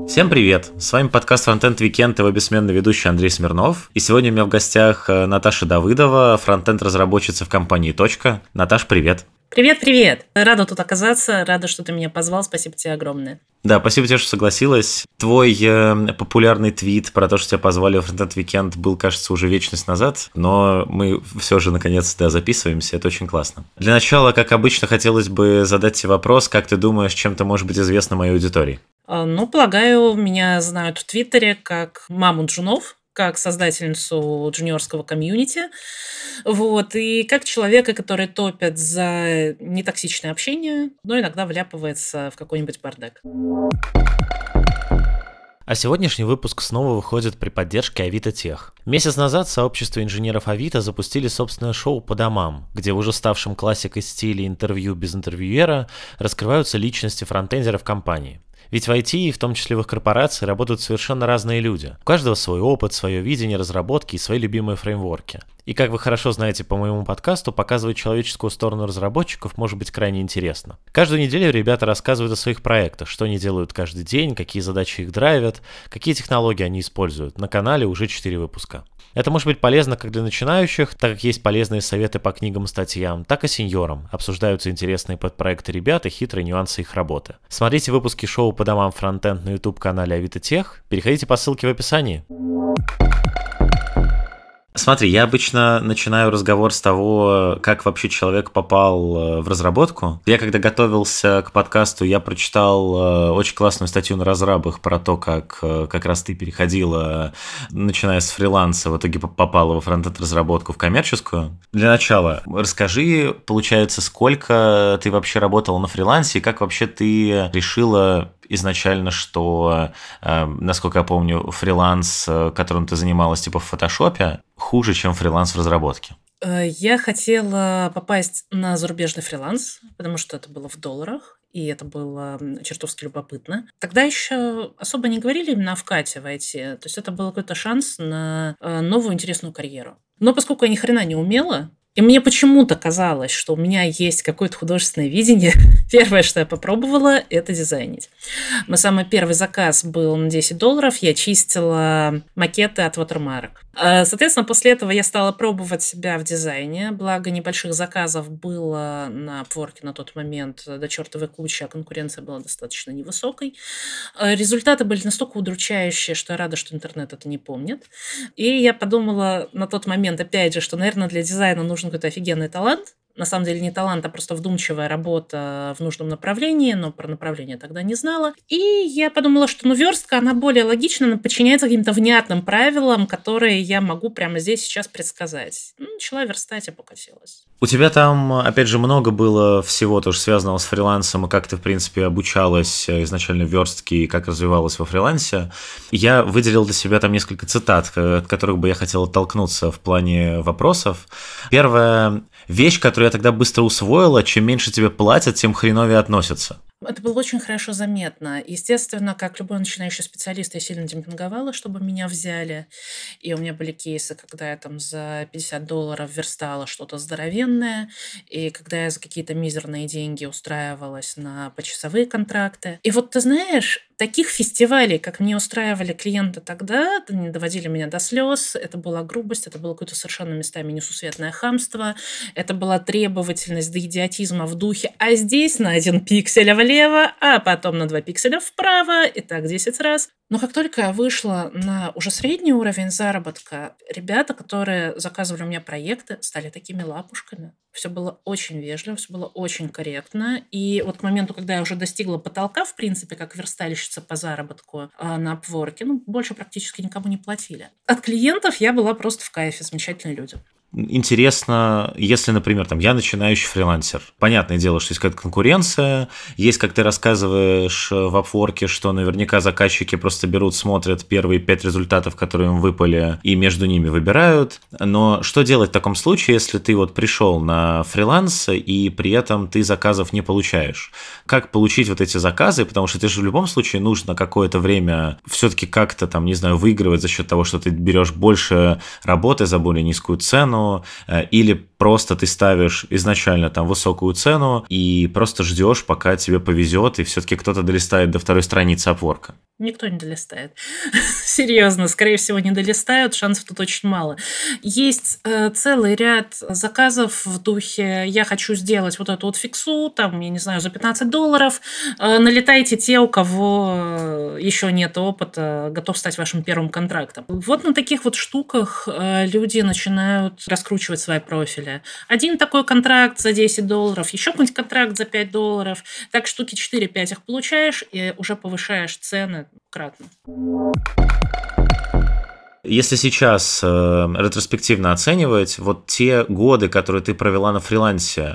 Всем привет! С вами подкаст Frontend Weekend и его бессменный ведущий Андрей Смирнов. И сегодня у меня в гостях Наташа Давыдова, фронтенд-разработчица в компании «Точка». Наташ, привет! Привет-привет! Рада тут оказаться, рада, что ты меня позвал, спасибо тебе огромное. Да, спасибо тебе, что согласилась. Твой популярный твит про то, что тебя позвали в Frontend Weekend, был, кажется, уже вечность назад, но мы все же наконец-то записываемся, это очень классно. Для начала, как обычно, хотелось бы задать тебе вопрос, как ты думаешь, чем ты можешь быть известна моей аудитории? Полагаю, меня знают в Твиттере как маму джунов, как создательницу джуниорского комьюнити, и как человека, который топит за нетоксичное общение, но иногда вляпывается в какой-нибудь бардак. А сегодняшний выпуск снова выходит при поддержке Авито Тех. Месяц назад сообщество инженеров Авито запустили собственное шоу «По домам», где в уже ставшем классикой стиле интервью без интервьюера раскрываются личности фронтендеров компании. Ведь в IT, и в том числе в их корпорации, работают совершенно разные люди. У каждого свой опыт, свое видение разработки и свои любимые фреймворки. И как вы хорошо знаете по моему подкасту, показывать человеческую сторону разработчиков может быть крайне интересно. Каждую неделю ребята рассказывают о своих проектах, что они делают каждый день, какие задачи их драйвят, какие технологии они используют. На канале уже 4 выпуска. Это может быть полезно как для начинающих, так как есть полезные советы по книгам и статьям, так и сеньорам. Обсуждаются интересные подпроекты ребят и хитрые нюансы их работы. Смотрите выпуски шоу «По домам фронтенд» на YouTube-канале Авито Тех. Переходите по ссылке в описании. Смотри, я обычно начинаю разговор с того, как вообще человек попал в разработку. Я когда готовился к подкасту, я прочитал очень классную статью на Разрабах про то, как раз ты переходила, начиная с фриланса, в итоге попала во фронтенд-разработку в коммерческую. Для начала, расскажи, получается, сколько ты вообще работала на фрилансе и как вообще ты решила изначально, что, насколько я помню, фриланс, которым ты занималась типа в фотошопе, хуже, чем фриланс в разработке? Я хотела попасть на зарубежный фриланс, потому что это было в долларах, и это было чертовски любопытно. Тогда еще особо не говорили именно о вкате в IT, то есть это был какой-то шанс на новую интересную карьеру. Но поскольку я ни хрена не умела, и мне почему-то казалось, что у меня есть какое-то художественное видение. Первое, что я попробовала, это дизайнить. Мой самый первый заказ был на $10. Я чистила макеты от Watermark. Соответственно, после этого я стала пробовать себя в дизайне. Благо, небольших заказов было на Upwork на тот момент до чертовой кучи, а конкуренция была достаточно невысокой. Результаты были настолько удручающие, что я рада, что интернет это не помнит. И я подумала на тот момент, опять же, что, наверное, для дизайна нужен какой-то офигенный талант. На самом деле не талант, а просто вдумчивая работа в нужном направлении, но про направление тогда не знала. И я подумала, что верстка, она более логична, она подчиняется каким-то внятным правилам, которые я могу прямо здесь сейчас предсказать. Начала верстать и покатилась. У тебя там, опять же, много было всего тоже связанного с фрилансом, и как ты, в принципе, обучалась изначально верстке и как развивалась во фрилансе. Я выделил для себя там несколько цитат, от которых бы я хотел оттолкнуться в плане вопросов. Первая вещь, которую я тогда быстро усвоила: чем меньше тебе платят, тем хреновее относятся. Это было очень хорошо заметно. Естественно, как любой начинающий специалист, я сильно демпинговала, чтобы меня взяли. И у меня были кейсы, когда я там за $50 верстала что-то здоровенное, и когда я за какие-то мизерные деньги устраивалась на почасовые контракты. И вот ты знаешь, таких фестивалей, как мне устраивали клиенты тогда, не доводили меня до слез. Это была грубость, это было какое-то совершенно местами несусветное хамство, это была требовательность до идиотизма в духе: а здесь на 1 пиксель влево, а потом на 2 пикселя вправо, и так 10 раз. Но как только я вышла на уже средний уровень заработка, ребята, которые заказывали у меня проекты, стали такими лапушками. Все было очень вежливо, все было очень корректно. И вот к моменту, когда я уже достигла потолка, в принципе, как верстальщица по заработку на Upwork, больше практически никому не платили. От клиентов я была просто в кайфе, замечательные люди. Интересно, если, например, там, я начинающий фрилансер. Понятное дело, что есть какая-то конкуренция, есть, как ты рассказываешь в Upwork, что наверняка заказчики просто берут, смотрят первые 5 результатов, которые им выпали, и между ними выбирают. Но что делать в таком случае, если ты вот пришел на фриланс, и при этом ты заказов не получаешь? Как получить вот эти заказы? Потому что тебе же в любом случае нужно какое-то время все-таки как-то там, не знаю, выигрывать за счет того, что ты берешь больше работы за более низкую цену, или просто ты ставишь изначально там высокую цену и просто ждешь, пока тебе повезет, и все-таки кто-то долистает до второй страницы Upwork? Никто не долистает. Серьезно, скорее всего, не долистают, шансов тут очень мало. Есть целый ряд заказов в духе «я хочу сделать вот эту вот фиксу, там, я не знаю, за $15, налетайте те, у кого еще нет опыта, готов стать вашим первым контрактом». Вот на таких вот штуках люди начинают раскручивать свои профили. Один такой контракт за $10, еще какой-нибудь контракт за $5, так штуки 4-5 их получаешь и уже повышаешь цены кратно. Если сейчас ретроспективно оценивать, вот те годы, которые ты провела на фрилансе,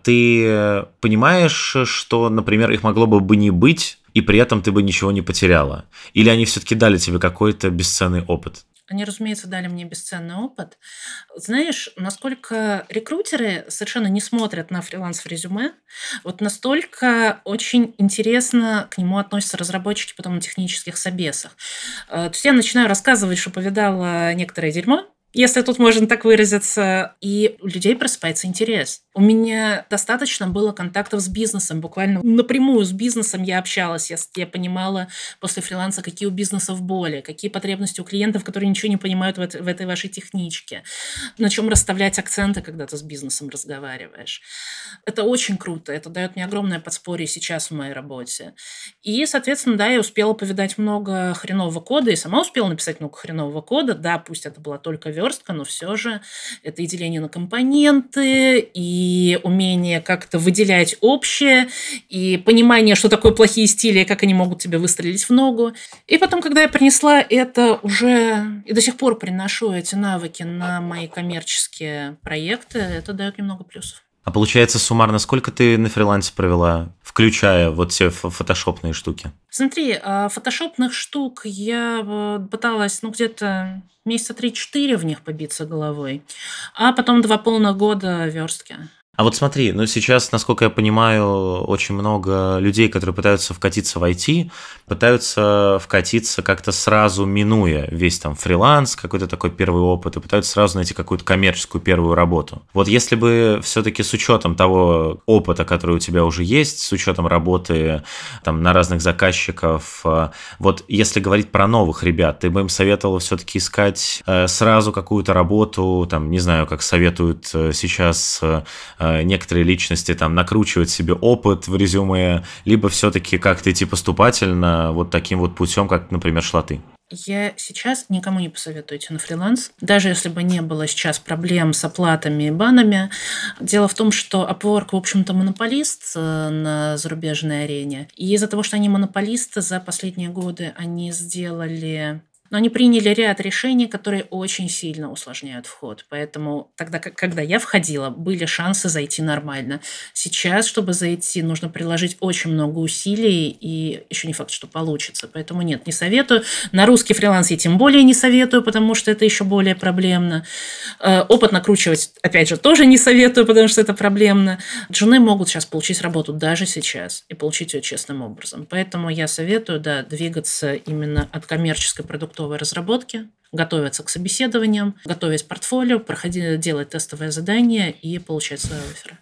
ты понимаешь, что, например, их могло бы не быть, и при этом ты бы ничего не потеряла? Или они все-таки дали тебе какой-то бесценный опыт? Они, разумеется, дали мне бесценный опыт. Знаешь, насколько рекрутеры совершенно не смотрят на фриланс в резюме, вот настолько очень интересно к нему относятся разработчики потом на технических собесах. То есть я начинаю рассказывать, что повидала некоторое дерьмо, если тут можно так выразиться, и у людей просыпается интерес. У меня достаточно было контактов с бизнесом, буквально напрямую с бизнесом я общалась, я понимала после фриланса, какие у бизнесов боли, какие потребности у клиентов, которые ничего не понимают в этой вашей техничке, на чем расставлять акценты, когда ты с бизнесом разговариваешь. Это очень круто, это дает мне огромное подспорье сейчас в моей работе. И, соответственно, да, я успела повидать много хренового кода, и сама успела написать много хренового кода, да, пусть это была только верстка, но все же это и деление на компоненты, и умение как-то выделять общее, и понимание, что такое плохие стили, и как они могут тебе выстрелить в ногу. И потом, когда я принесла это уже, и до сих пор приношу эти навыки на мои коммерческие проекты, это дает мне много плюсов. А получается, суммарно, сколько ты на фрилансе провела, включая вот все фотошопные штуки? Смотри, фотошопных штук я пыталась, где-то месяца 3-4 в них побиться головой, а потом 2 полных года верстки. А вот смотри, сейчас, насколько я понимаю, очень много людей, которые пытаются вкатиться в IT, пытаются вкатиться как-то сразу, минуя весь там фриланс, какой-то такой первый опыт, и пытаются сразу найти какую-то коммерческую первую работу. Вот если бы все-таки с учетом того опыта, который у тебя уже есть, с учетом работы там на разных заказчиков, вот если говорить про новых ребят, ты бы им советовала все-таки искать сразу какую-то работу, там, не знаю, как советуют сейчас некоторые личности там накручивать себе опыт в резюме, либо все-таки как-то идти поступательно вот таким вот путем, как, например, шла ты? Я сейчас никому не посоветую идти на фриланс, даже если бы не было сейчас проблем с оплатами и банами. Дело в том, что Upwork, в общем-то, монополист на зарубежной арене. И из-за того, что они монополисты, за последние годы они сделали... Но они приняли ряд решений, которые очень сильно усложняют вход. Поэтому тогда, когда я входила, были шансы зайти нормально. Сейчас, чтобы зайти, нужно приложить очень много усилий, и еще не факт, что получится. Поэтому нет, не советую. На русский фриланс я тем более не советую, потому что это еще более проблемно. Опыт накручивать, опять же, тоже не советую, потому что это проблемно. Джуны могут сейчас получить работу даже сейчас и получить ее честным образом. Поэтому я советую, да, двигаться именно от коммерческой продуктовой разработки, готовиться к собеседованиям, готовить портфолио, делать тестовые задания и получать свои офферы.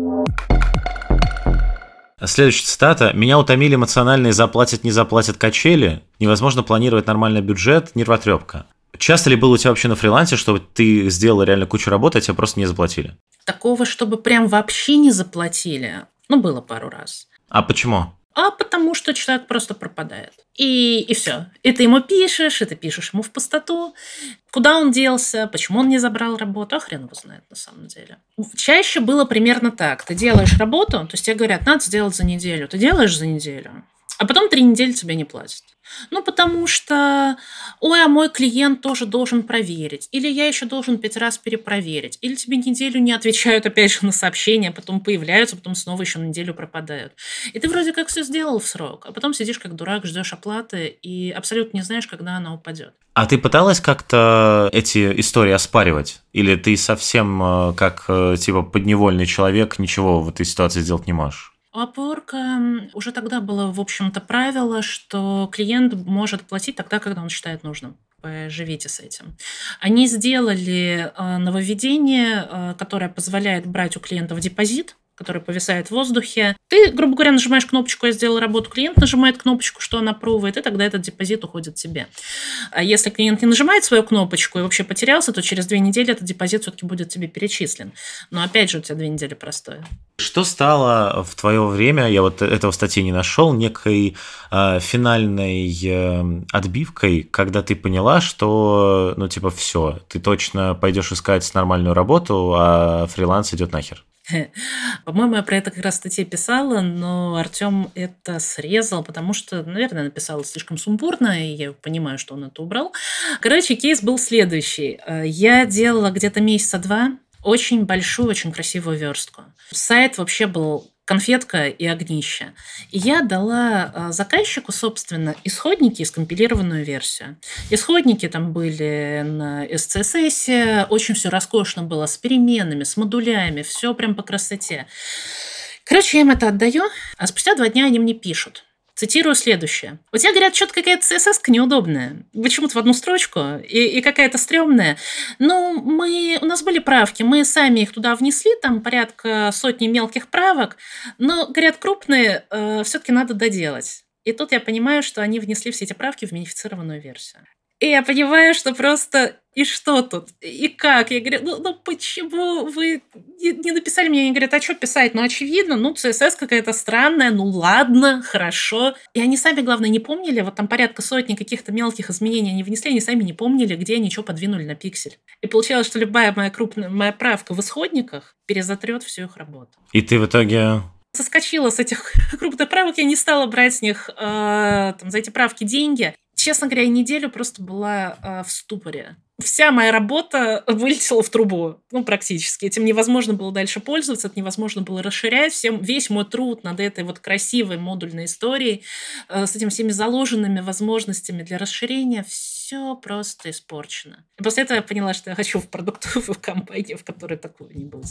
Следующая цитата. «Меня утомили эмоциональные заплатят, не заплатят качели. Невозможно планировать нормальный бюджет, нервотрепка». Часто ли было у тебя вообще на фрилансе, что ты сделала реально кучу работы, а тебе просто не заплатили? Такого, чтобы прям вообще не заплатили, было пару раз. А почему? А потому что человек просто пропадает. И все. И ты ему пишешь, и ты пишешь ему в пустоту. Куда он делся, почему он не забрал работу, а хрен его знает на самом деле. Чаще было примерно так. Ты делаешь работу, то есть тебе говорят, надо сделать за неделю. Ты делаешь за неделю, а потом 3 недели тебе не платят. Потому что, а мой клиент тоже должен проверить. Или я еще должен 5 раз перепроверить. Или тебе неделю не отвечают опять же на сообщения, потом появляются, потом снова еще на неделю пропадают. И ты вроде как все сделал в срок, а потом сидишь как дурак, ждешь оплаты и абсолютно не знаешь, когда она упадет. А ты пыталась как-то эти истории оспаривать? Или ты совсем как типа подневольный человек ничего в этой ситуации сделать не можешь? У Upwork уже тогда было, в общем-то, правило, что клиент может платить тогда, когда он считает нужным. поживите с этим. Они сделали нововведение, которое позволяет брать у клиентов депозит, который повисает в воздухе. Ты, грубо говоря, нажимаешь кнопочку «Я сделал работу», клиент нажимает кнопочку, что он аппрувает, и тогда этот депозит уходит тебе. А если клиент не нажимает свою кнопочку и вообще потерялся, то через 2 недели этот депозит все-таки будет тебе перечислен. Но опять же у тебя 2 недели простое. Что стало в твое время, я вот этого в статье не нашел, некой финальной отбивкой, когда ты поняла, что, ну, типа, все, ты точно пойдешь искать нормальную работу, а фриланс идет нахер? По-моему, я про это как раз в статье писала, но Артем это срезал, потому что, наверное, написала слишком сумбурно, и я понимаю, что он это убрал. Короче, кейс был следующий. Я делала где-то месяца 2 очень большую, очень красивую верстку. Сайт вообще был конфетка и огнище. И я дала заказчику, собственно, исходники и скомпилированную версию. Исходники там были на SCSS, очень все роскошно было, с переменными, с модулями, все прям по красоте. Короче, я им это отдаю, а спустя 2 дня они мне пишут. Цитирую следующее. У тебя, говорят, что-то какая-то CSS-ка неудобная. Почему-то в одну строчку и какая-то стрёмная. Ну, у нас были правки, мы сами их туда внесли, там порядка 100 мелких правок, но, говорят, крупные все-таки надо доделать. И тут я понимаю, что они внесли все эти правки в минифицированную версию. И я понимаю, что просто и что тут, и как? Я говорю, ну почему вы не написали мне? Они говорят, а что писать? Ну, очевидно, CSS какая-то странная, ну ладно, хорошо. И они сами, главное, не помнили, вот там порядка 100 каких-то мелких изменений они внесли, они сами не помнили, где они что подвинули на пиксель. И получалось, что любая моя правка в исходниках перезатрет всю их работу. И ты в итоге... Соскочила с этих крупных правок, я не стала брать с них за эти правки деньги. Честно говоря, неделю просто была в ступоре. Вся моя работа вылетела в трубу, практически. Этим невозможно было дальше пользоваться, это невозможно было расширять. Весь мой труд над этой вот красивой модульной историей, с этими всеми заложенными возможностями для расширения, все просто испорчено. И после этого я поняла, что я хочу в продуктовую компанию, в которой такого не будет.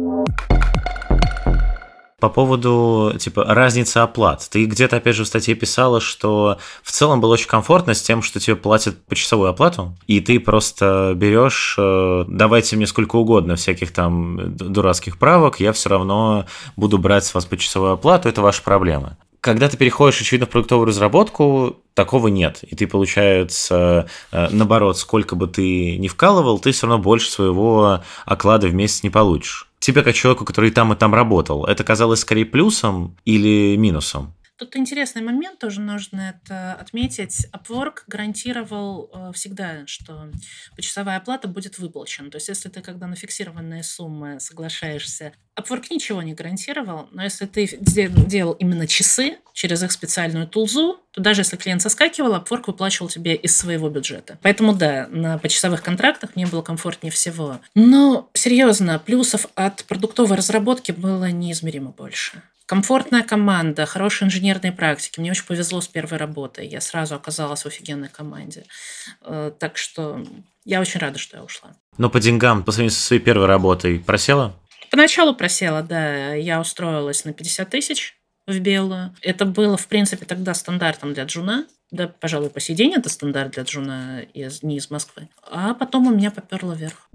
По поводу, разницы оплат. Ты где-то, опять же, в статье писала, что в целом было очень комфортно с тем, что тебе платят почасовую оплату, и ты просто берешь, давайте мне сколько угодно всяких там дурацких правок, я все равно буду брать с вас почасовую оплату, это ваша проблема. Когда ты переходишь, очевидно, в продуктовую разработку, такого нет. И ты, получается, наоборот, сколько бы ты ни вкалывал, ты все равно больше своего оклада в месяц не получишь. Тебе, как человеку, который и там работал, это казалось скорее плюсом или минусом? Тут интересный момент, тоже нужно это отметить. Upwork гарантировал всегда, что почасовая оплата будет выплачена. То есть, если ты когда на фиксированные суммы соглашаешься, Upwork ничего не гарантировал, но если ты делал именно часы через их специальную тулзу, то даже если клиент соскакивал, Upwork выплачивал тебе из своего бюджета. Поэтому да, на почасовых контрактах мне было комфортнее всего. Но, серьезно, плюсов от продуктовой разработки было неизмеримо больше. Комфортная команда, хорошие инженерные практики. Мне очень повезло с первой работой. Я сразу оказалась в офигенной команде. Так что я очень рада, что я ушла. Но по деньгам, по сравнению со своей первой работой, просела? Поначалу просела, да. Я устроилась на 50 тысяч в белую. Это было, в принципе, тогда стандартом для джуна. Да, пожалуй, по сей день это стандарт для джуна не из Москвы. А потом у меня поперло вверх.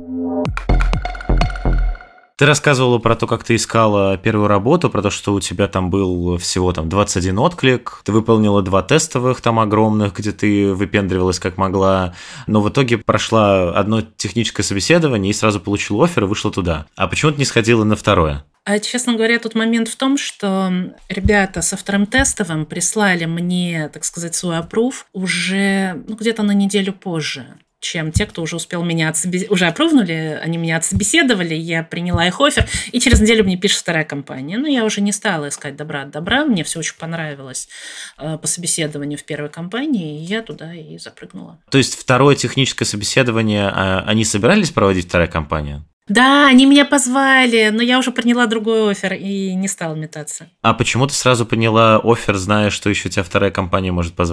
Ты рассказывала про то, как ты искала первую работу, про то, что у тебя там был всего 21 отклик, ты выполнила 2 тестовых там огромных, где ты выпендривалась как могла, но в итоге прошла одно техническое собеседование и сразу получила оффер и вышла туда. А почему ты не сходила на второе? А, честно говоря, тут момент в том, что ребята со вторым тестовым прислали мне, так сказать, свой аппрув уже где-то на неделю позже, чем те, кто уже успел меня уже опровнули, они меня отсобеседовали, я приняла их оффер, и через неделю мне пишет вторая компания. Но я уже не стала искать добра от добра, мне все очень понравилось по собеседованию в первой компании, и я туда и запрыгнула. То есть второе техническое собеседование, они собирались проводить, вторая компания? Да, они меня позвали, но я уже приняла другой оффер и не стала метаться. А почему ты сразу приняла оффер, зная, что еще тебя вторая компания может позвать?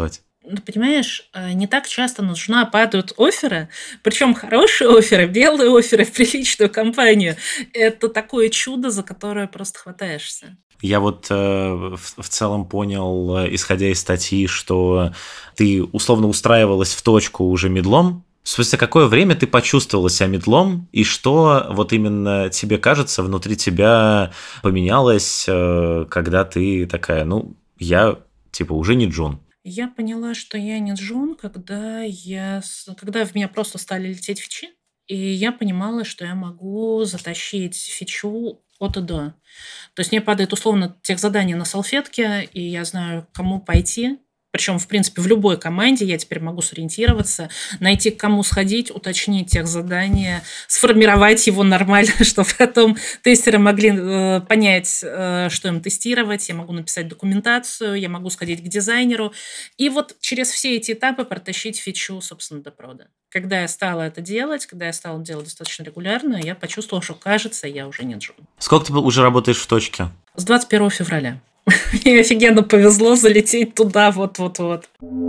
Ну, понимаешь, не так часто на джуна падают офферы, причем хорошие офферы, белые офферы в приличную компанию. Это такое чудо, за которое просто хватаешься. Я вот в целом понял, исходя из статьи, что ты условно устраивалась в точку уже медлом. Спустя какое время ты почувствовала себя медлом, и что вот именно тебе кажется внутри тебя поменялось, когда ты такая, ну, я типа уже не джун? Я поняла, что я не джун, когда в меня просто стали лететь фичи, и я понимала, что я могу затащить фичу от и до. То есть мне падает условно тех задание на салфетке, и я знаю, к кому пойти. Причем, в принципе, в любой команде я теперь могу сориентироваться, найти, к кому сходить, уточнить тех задания, сформировать его нормально, чтобы потом тестеры могли понять, что им тестировать. Я могу написать документацию, я могу сходить к дизайнеру. И вот через все эти этапы протащить фичу, собственно, до прода. Когда я стала это делать, когда я стала делать достаточно регулярно, я почувствовала, что, кажется, я уже не джун. Сколько ты уже работаешь в точке? С 21 февраля. Мне офигенно повезло залететь туда вот-вот-вот.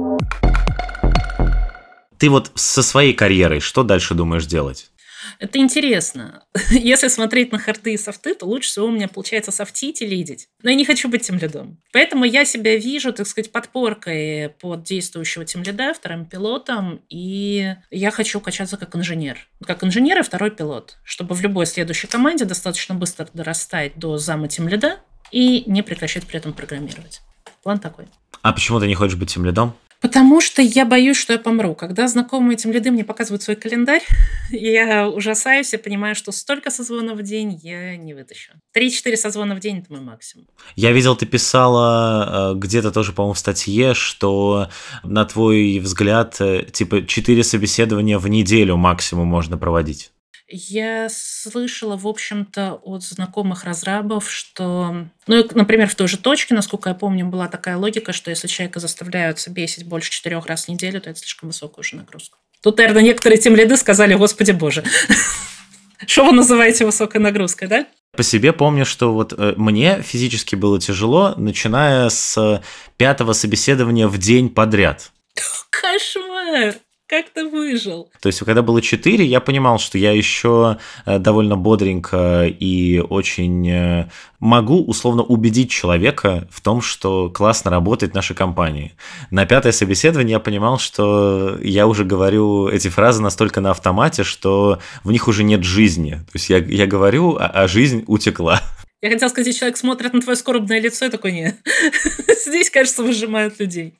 Ты вот со своей карьерой что дальше думаешь делать? Это интересно. Если смотреть на харды и софты, то лучше всего у меня получается софтить и лидить. Но я не хочу быть тимлидом. Поэтому я себя вижу, так сказать, подпоркой под действующего тимлида, вторым пилотом, и я хочу качаться как инженер. Как инженер и второй пилот, чтобы в любой следующей команде достаточно быстро дорастать до зама тимлида и не прекращать при этом программировать. План такой. А почему ты не хочешь быть тимлидом? Потому что я боюсь, что я помру. Когда знакомые тимлиды мне показывают свой календарь, я ужасаюсь и понимаю, что столько созвонов в день я не вытащу. 3-4 созвона в день – это мой максимум. Я видел, ты писала где-то тоже, по-моему, в статье, что, на твой взгляд, типа 4 собеседования в неделю максимум можно проводить. Я слышала, в общем-то, от знакомых разрабов, что... Ну, например, в той же точке, насколько я помню, была такая логика, что если человека заставляют собесить больше 4 раз в неделю, то это слишком высокая уже нагрузка. Тут, наверное, некоторые тимлиды сказали: «Господи боже, что вы называете высокой нагрузкой, да?» По себе помню, что вот мне физически было тяжело, начиная с 5-го собеседования в день подряд. Кошмар! Как ты выжил? То есть, когда было 4, я понимал, что я еще довольно бодренько и очень могу условно убедить человека в том, что классно работает в нашей компании. На 5-е собеседование я понимал, что я уже говорю эти фразы настолько на автомате, что в них уже нет жизни. То есть, я говорю, а жизнь утекла. Я хотела сказать, человек смотрит на твое скорбное лицо и такой: нет. Здесь, кажется, выжимают людей.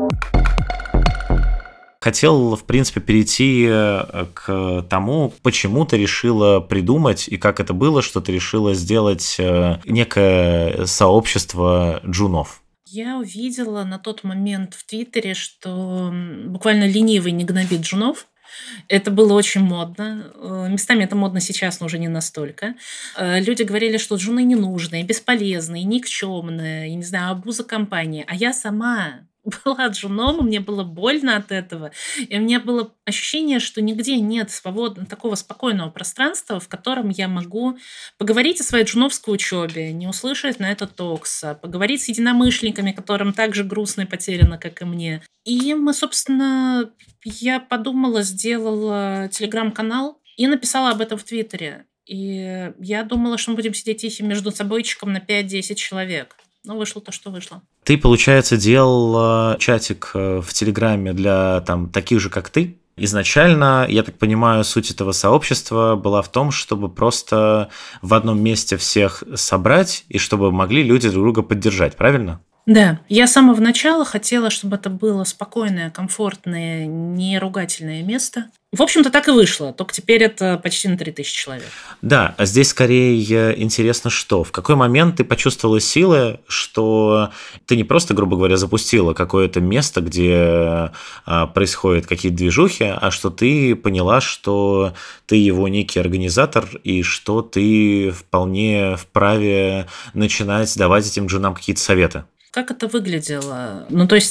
Хотел, в принципе, перейти к тому, почему ты решила придумать и как это было, что ты решила сделать некое сообщество джунов. Я увидела на тот момент в Твиттере, что буквально ленивый не гнобит джунов. Это было очень модно. Местами это модно сейчас, но уже не настолько. Люди говорили, что джуны ненужные, бесполезные, никчемные, я не знаю, абуза компании. А я сама была джуном, и мне было больно от этого. И у меня было ощущение, что нигде нет такого спокойного пространства, в котором я могу поговорить о своей джуновской учебе, не услышать на это токса, поговорить с единомышленниками, которым так же грустно и потеряно, как и мне. И я подумала, сделала телеграм-канал и написала об этом в Твиттере. И я думала, что мы будем сидеть тихим между собойчиком на 5-10 человек. Но вышло то, что вышло. Ты, получается, делал чатик в Телеграме для таких же, как ты? Изначально, я так понимаю, суть этого сообщества была в том, чтобы просто в одном месте всех собрать и чтобы могли люди друг друга поддержать, правильно? Да, я с самого начала хотела, чтобы это было спокойное, комфортное, неругательное место. В общем-то, так и вышло, только теперь это почти на 3000 человек. Да, а здесь скорее интересно, что в какой момент ты почувствовала силы, что ты не просто, грубо говоря, запустила какое-то место, где происходят какие-то движухи, а что ты поняла, что ты его некий организатор и что ты вполне вправе начинать давать этим джунам какие-то советы. Как это выглядело? Ну, то есть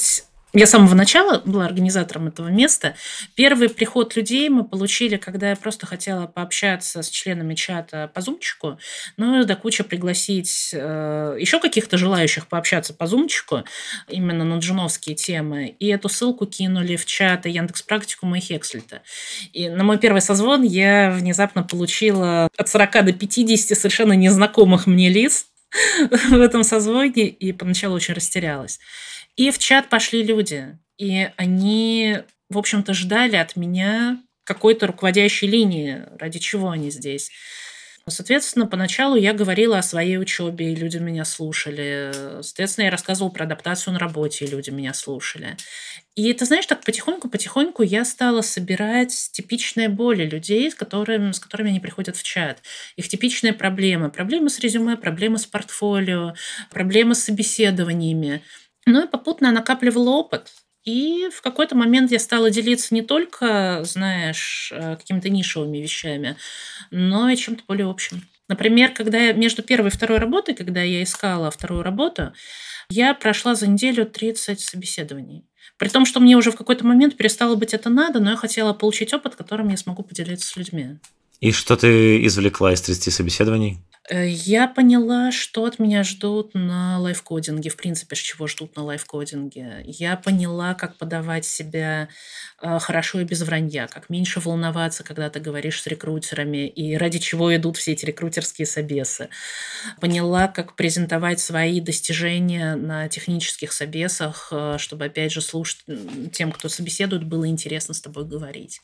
Я с самого начала была организатором этого места. Первый приход людей мы получили, когда я просто хотела пообщаться с членами чата по зумчику, ну и до кучи пригласить еще каких-то желающих пообщаться по зумчику именно на джуновские темы. И эту ссылку кинули в чаты Яндекс.Практикума и Хекслита. И на мой первый созвон я внезапно получила от 40 до 50 совершенно незнакомых мне лиц в этом созвоне, и поначалу очень растерялась. И в чат пошли люди, и они, в общем-то, ждали от меня какой-то руководящей линии, ради чего они здесь. Соответственно, поначалу я говорила о своей учебе, и люди меня слушали. Соответственно, я рассказывала про адаптацию на работе, и люди меня слушали. И ты знаешь, так потихоньку я стала собирать типичные боли людей, с которыми они приходят в чат. Их типичные проблемы. Проблемы с резюме, проблемы с портфолио, проблемы с собеседованиями. Ну и попутно накапливала опыт. И в какой-то момент я стала делиться не только, знаешь, какими-то нишевыми вещами, но и чем-то более общим. Например, когда я между первой и второй работой, когда я искала вторую работу, я прошла за неделю 30 собеседований. При том, что мне уже в какой-то момент перестало быть это надо, но я хотела получить опыт, которым я смогу поделиться с людьми. И что ты извлекла из 30 собеседований? Я поняла, что от меня ждут на лайфкодинге, в принципе, чего ждут на лайфкодинге. Я поняла, как подавать себя хорошо и без вранья, как меньше волноваться, когда ты говоришь с рекрутерами, и ради чего идут все эти рекрутерские собесы. Поняла, как презентовать свои достижения на технических собесах, чтобы, опять же, слушать тем, кто собеседует, было интересно с тобой говорить.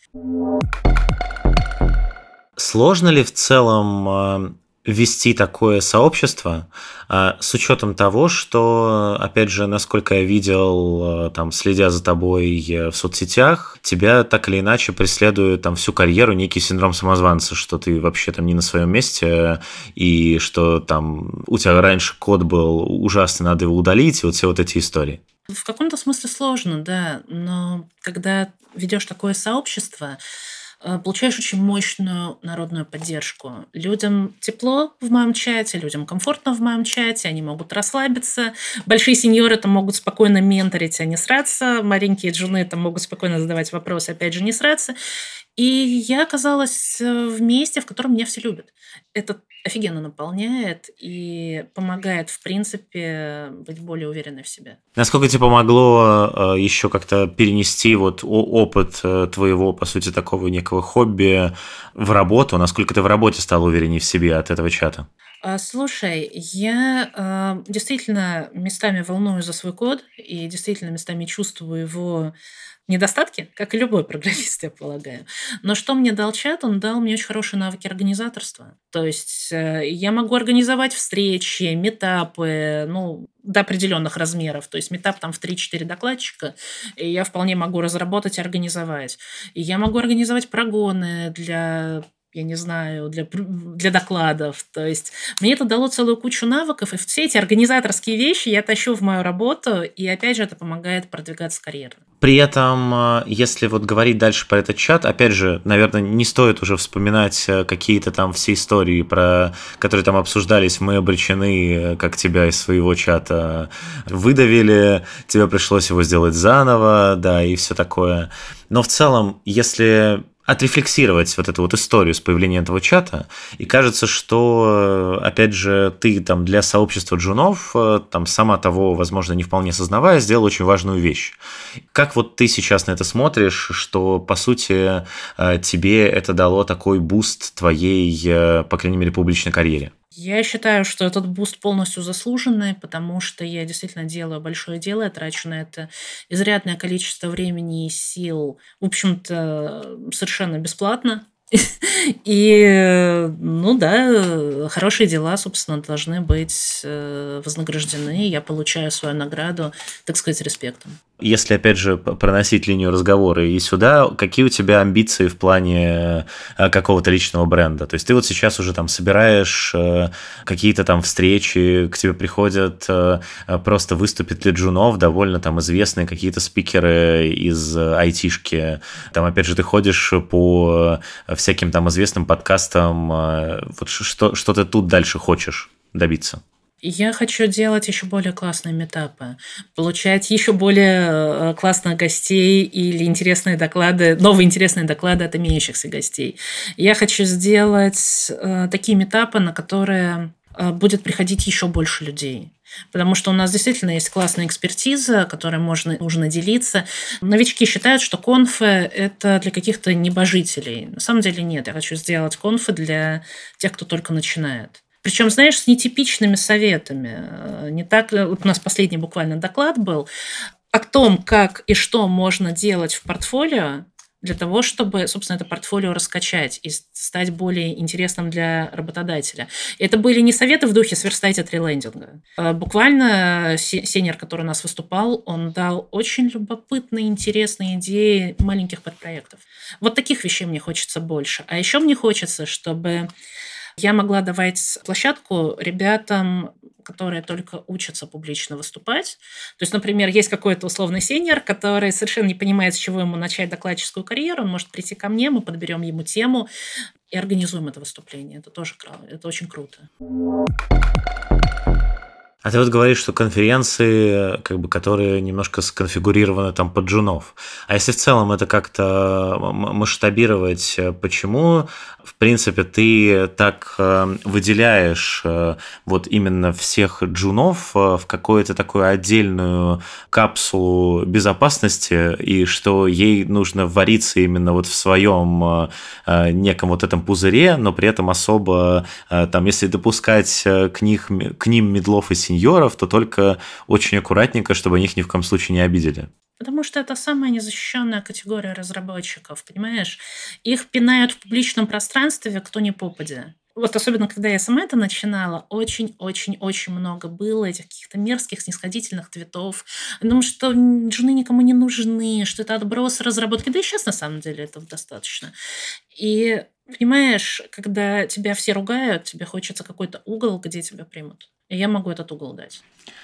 Сложно ли в целом вести такое сообщество с учетом того, что, опять же, насколько я видел, там, следя за тобой в соцсетях, тебя так или иначе преследует там всю карьеру некий синдром самозванца, что ты вообще там не на своем месте, и что там у тебя раньше код был ужасный, надо его удалить, и вот все вот эти истории. В каком-то смысле сложно, да, но когда ведешь такое сообщество, получаешь очень мощную народную поддержку. Людям тепло в моем чате, людям комфортно в моем чате, они могут расслабиться. Большие сеньоры там могут спокойно менторить, а не сраться. Маленькие джуны там могут спокойно задавать вопросы, опять же, не сраться. И я оказалась в месте, в котором меня все любят. Это офигенно наполняет и помогает, в принципе, быть более уверенной в себе. Насколько тебе помогло еще как-то перенести вот опыт твоего, по сути, такого некого хобби в работу? Насколько ты в работе стал увереннее в себе от этого чата? Слушай, я действительно местами волнуюсь за свой код и действительно местами чувствую его недостатки, как и любой программист, я полагаю. Но что мне дал чат? Он дал мне очень хорошие навыки организаторства. То есть я могу организовать встречи, митапы, ну, до определенных размеров. То есть митап там в 3-4 докладчика, и я вполне могу разработать и организовать. И я могу организовать прогоны для, я не знаю, для докладов. То есть мне это дало целую кучу навыков, и все эти организаторские вещи я тащу в мою работу, и опять же это помогает продвигаться карьерно. При этом, если вот говорить дальше про этот чат, опять же, наверное, не стоит уже вспоминать какие-то там все истории, которые там обсуждались, мы обречены, как тебя из своего чата выдавили, тебе пришлось его сделать заново, да, и все такое. Но в целом, если отрефлексировать вот эту вот историю с появлением этого чата, и кажется, что, опять же, ты там для сообщества джунов, там сама того, возможно, не вполне сознавая, сделал очень важную вещь. Как вот ты сейчас на это смотришь, что, по сути, тебе это дало такой буст твоей, по крайней мере, публичной карьере? Я считаю, что этот буст полностью заслуженный, потому что я действительно делаю большое дело, я трачу на это изрядное количество времени и сил, в общем-то, совершенно бесплатно. И, ну да, хорошие дела, собственно, должны быть вознаграждены. Я получаю свою награду, так сказать, респектом. Если, опять же, проносить линию разговора и сюда, какие у тебя амбиции в плане какого-то личного бренда? То есть ты вот сейчас уже там собираешь какие-то там встречи, к тебе приходят просто выступить для джунов, довольно там известные какие-то спикеры из айтишки. Там, опять же, ты ходишь по всяким там известным подкастам. Вот что ты тут дальше хочешь добиться? Я хочу делать еще более классные митапы, получать еще более классных гостей или интересные доклады, новые интересные доклады от имеющихся гостей. Я хочу сделать такие митапы, на которые будет приходить еще больше людей. Потому что у нас действительно есть классная экспертиза, которой нужно делиться. Новички считают, что конфы – это для каких-то небожителей. На самом деле нет. Я хочу сделать конфы для тех, кто только начинает. Причем, знаешь, с нетипичными советами. Не так, вот у нас последний буквально доклад был о том, как и что можно делать в портфолио для того, чтобы, собственно, это портфолио раскачать и стать более интересным для работодателя. И это были не советы в духе «сверстайте 3 лендинга». Буквально сеньор, который у нас выступал, он дал очень любопытные, интересные идеи маленьких подпроектов. Вот таких вещей мне хочется больше. А еще мне хочется, чтобы я могла давать площадку ребятам, которые только учатся публично выступать. То есть, например, есть какой-то условный сеньор, который совершенно не понимает, с чего ему начать докладческую карьеру, он может прийти ко мне, мы подберем ему тему и организуем это выступление. Это тоже это очень круто. А ты вот говоришь, что конференции, которые немножко сконфигурированы там под джунов. А если в целом это как-то масштабировать, почему, в принципе, ты так выделяешь вот именно всех джунов в какую-то такую отдельную капсулу безопасности, и что ей нужно вариться именно вот в своем неком вот этом пузыре, но при этом особо, там, если допускать к ним медлов и сеньоров, то только очень аккуратненько, чтобы они их ни в коем случае не обидели. Потому что это самая незащищенная категория разработчиков, понимаешь? Их пинают в публичном пространстве кто ни попадя. Вот особенно, когда я сама это начинала, очень-очень-очень много было этих каких-то мерзких, снисходительных твитов. Ну, что жены никому не нужны, что это отброс разработки. Да и сейчас, на самом деле, этого достаточно. И, понимаешь, когда тебя все ругают, тебе хочется какой-то угол, где тебя примут. И я могу этот угол дать.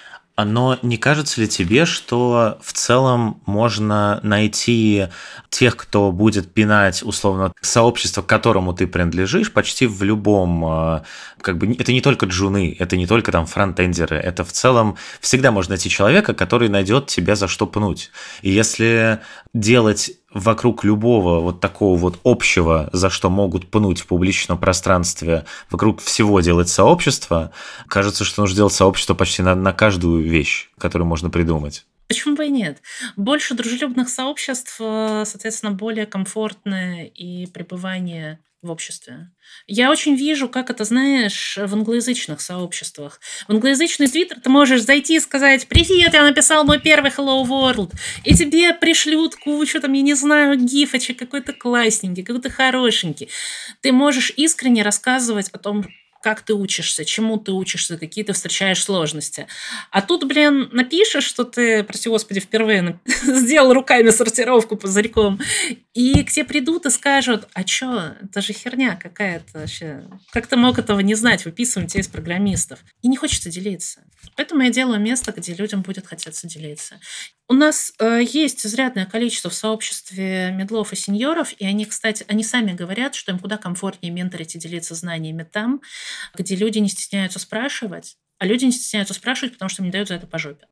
Но не кажется ли тебе, что в целом можно найти тех, кто будет пинать, условно, сообщество, к которому ты принадлежишь, почти в любом, это не только джуны, это не только там фронтендеры, это в целом всегда можно найти человека, который найдет тебя за что пнуть. И если делать вокруг любого вот такого вот общего, за что могут пнуть в публичном пространстве, вокруг всего делать сообщество, кажется, что нужно делать сообщество почти на каждую вещь, которую можно придумать. Почему бы и нет? Больше дружелюбных сообществ, соответственно, более комфортное и пребывание в обществе. Я очень вижу, как это, знаешь, в англоязычных сообществах. В англоязычный твиттер ты можешь зайти и сказать: «Привет, я написал мой первый Hello World», и тебе пришлют кучу, там, я не знаю, гифочек, какой-то классненький, какой-то хорошенький. Ты можешь искренне рассказывать о том, как ты учишься, чему ты учишься, какие ты встречаешь сложности. А тут, напишешь, что ты, прости господи, впервые сделал руками сортировку пузырьком, и к тебе придут и скажут: а чё, это же херня какая-то вообще. Как ты мог этого не знать? Выписываем тебя из программистов. И не хочется делиться. Поэтому я делаю место, где людям будет хотеться делиться. У нас есть изрядное количество в сообществе медлов и сеньоров, и они, кстати, они сами говорят, что им куда комфортнее менторить и делиться знаниями там, где люди не стесняются спрашивать, а люди не стесняются спрашивать, потому что им не дают за это по жопе.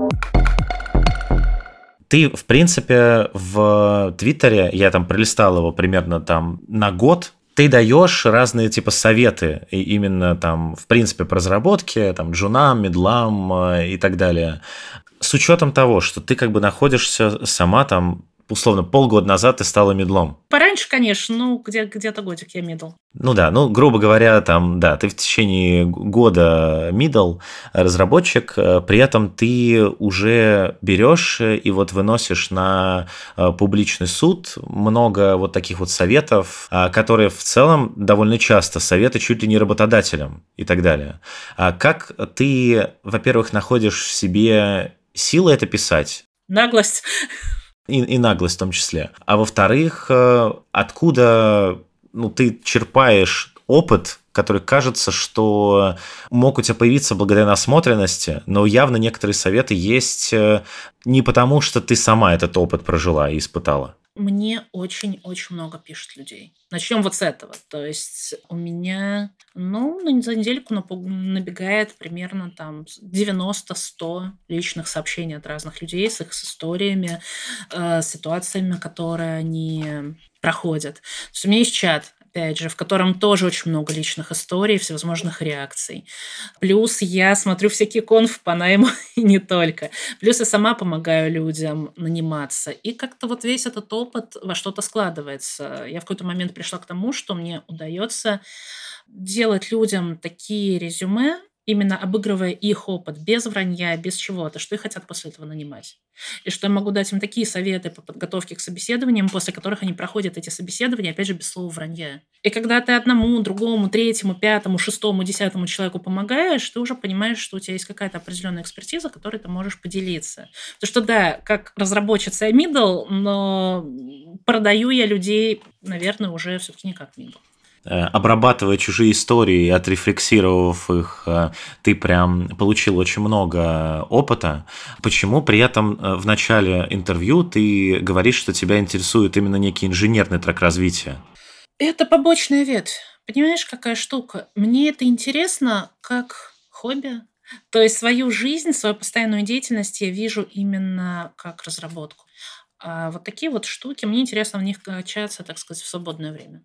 Ты, в принципе, в Твиттере, я там пролистал его примерно там на год, ты даешь разные типа советы, и именно там, в принципе, по разработке, там, джунам, медлам и так далее. С учетом того, что ты находишься сама там, условно, полгода назад ты стала медлом. Пораньше, конечно, где-то годик я мидл. Грубо говоря, там, да, ты в течение года мидл разработчик, при этом ты уже берешь и вот выносишь на публичный суд много вот таких вот советов, которые в целом довольно часто советы чуть ли не работодателям и так далее. Как ты, во-первых, находишь в себе силы это писать? Наглость. И наглость в том числе. А во-вторых, откуда ты черпаешь опыт, который кажется, что мог у тебя появиться благодаря насмотренности, но явно некоторые советы есть не потому, что ты сама этот опыт прожила и испытала. Мне очень-очень много пишет людей. Начнем вот с этого. То есть у меня, за недельку набегает примерно там 90-100 личных сообщений от разных людей с их историями, ситуациями, которые они проходят. То есть у меня есть чат, опять же, в котором тоже очень много личных историй, всевозможных реакций. Плюс я смотрю всякие конфы по найму и не только. Плюс я сама помогаю людям наниматься. И как-то вот весь этот опыт во что-то складывается. Я в какой-то момент пришла к тому, что мне удается делать людям такие резюме, именно обыгрывая их опыт, без вранья, без чего-то, что их хотят после этого нанимать. И что я могу дать им такие советы по подготовке к собеседованиям, после которых они проходят эти собеседования, опять же, без слова вранья. И когда ты одному, другому, третьему, пятому, шестому, десятому человеку помогаешь, ты уже понимаешь, что у тебя есть какая-то определенная экспертиза, которой ты можешь поделиться. Потому что, да, как разработчица я middle, но продаю я людей, наверное, уже все-таки не как middle. Обрабатывая чужие истории, отрефлексировав их, ты прям получил очень много опыта. Почему при этом в начале интервью ты говоришь, что тебя интересует именно некий инженерный трек развития? Это побочная ветвь. Понимаешь, какая штука? Мне это интересно как хобби. То есть свою жизнь, свою постоянную деятельность я вижу именно как разработку. А вот такие вот штуки, мне интересно в них качаться, так сказать, в свободное время.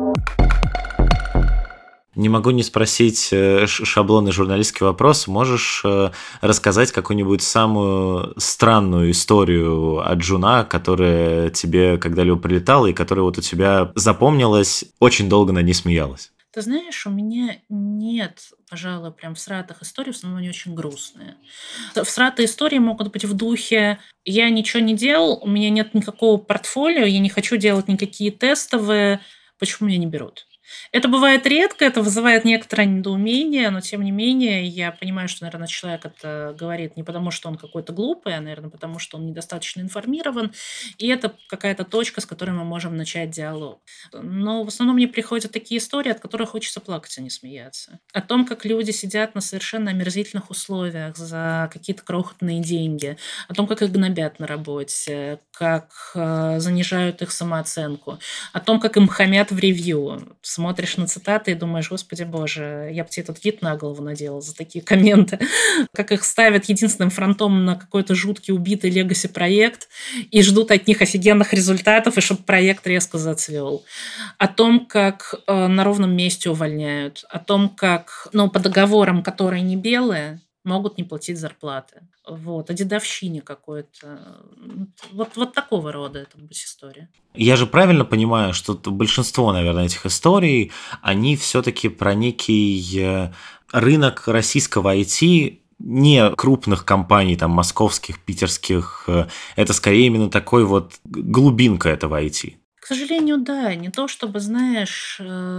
Не могу не спросить шаблонный журналистский вопрос. Можешь рассказать какую-нибудь самую странную историю от Джуна, которая тебе когда-либо прилетала и которая вот у тебя запомнилась, очень долго над ней смеялась? Ты знаешь, у меня нет, пожалуй, прям всратых историй, в основном они очень грустные. Всратые истории могут быть в духе «я ничего не делал, у меня нет никакого портфолио, я не хочу делать никакие тестовые, почему меня не берут?» Это бывает редко, это вызывает некоторое недоумение, но тем не менее я понимаю, что, наверное, человек это говорит не потому, что он какой-то глупый, а, наверное, потому, что он недостаточно информирован, и это какая-то точка, с которой мы можем начать диалог. Но в основном мне приходят такие истории, от которых хочется плакать, а не смеяться. О том, как люди сидят на совершенно омерзительных условиях за какие-то крохотные деньги, о том, как их гнобят на работе, как занижают их самооценку, о том, как им хамят в ревью. Смотришь на цитаты и думаешь: господи боже, я бы тебе этот гид на голову надела за такие комменты. Как их ставят единственным фронтом на какой-то жуткий убитый легаси-проект и ждут от них офигенных результатов, и чтобы проект резко зацвел. О том, как на ровном месте увольняют. О том, как по договорам, которые не белые, могут не платить зарплаты. Вот, о дедовщине какой-то. Вот такого рода это будет история. Я же правильно понимаю, что большинство, наверное, этих историй, они все-таки про некий рынок российского IT, не крупных компаний, там, московских, питерских, это скорее именно такой вот глубинка этого IT. К сожалению, да. Не то чтобы, знаешь,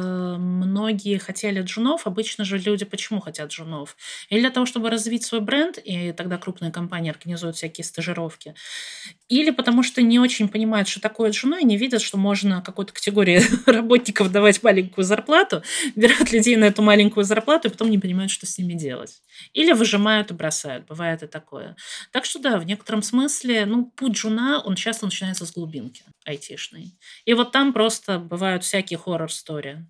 многие хотели джунов. Обычно же люди почему хотят джунов? Или для того, чтобы развить свой бренд, и тогда крупные компании организуют всякие стажировки. Или потому что не очень понимают, что такое джуны, и не видят, что можно какой-то категории работников давать маленькую зарплату, берут людей на эту маленькую зарплату, и потом не понимают, что с ними делать. Или выжимают и бросают. Бывает и такое. Так что да, в некотором смысле, путь джуна, он часто начинается с глубинки айтишной. И вот там просто бывают всякие хоррор-стори.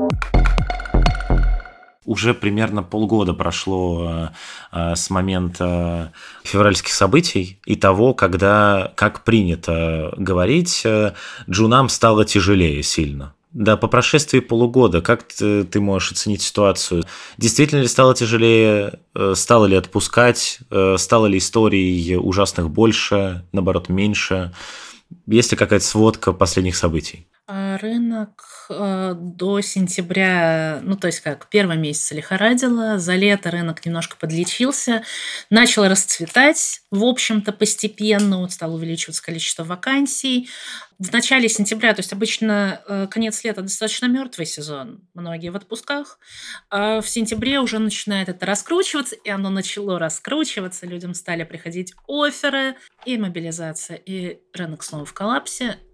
Уже примерно полгода прошло с момента февральских событий и того, когда, как принято говорить, джунам стало тяжелее сильно. Да, по прошествии полугода, как ты можешь оценить ситуацию? Действительно ли стало тяжелее? Стало ли отпускать? Стало ли историй ужасных больше, наоборот, меньше? Есть ли какая-то сводка последних событий? Рынок до сентября, то есть как, первый месяц лихорадило, за лето рынок немножко подлечился, начал расцветать, в общем-то, постепенно, стало увеличиваться количество вакансий. В начале сентября, то есть обычно конец лета достаточно мертвый сезон, многие в отпусках, а в сентябре уже начинает это раскручиваться, и оно начало раскручиваться, людям стали приходить офферы, и мобилизация, и рынок снова в коллапсе.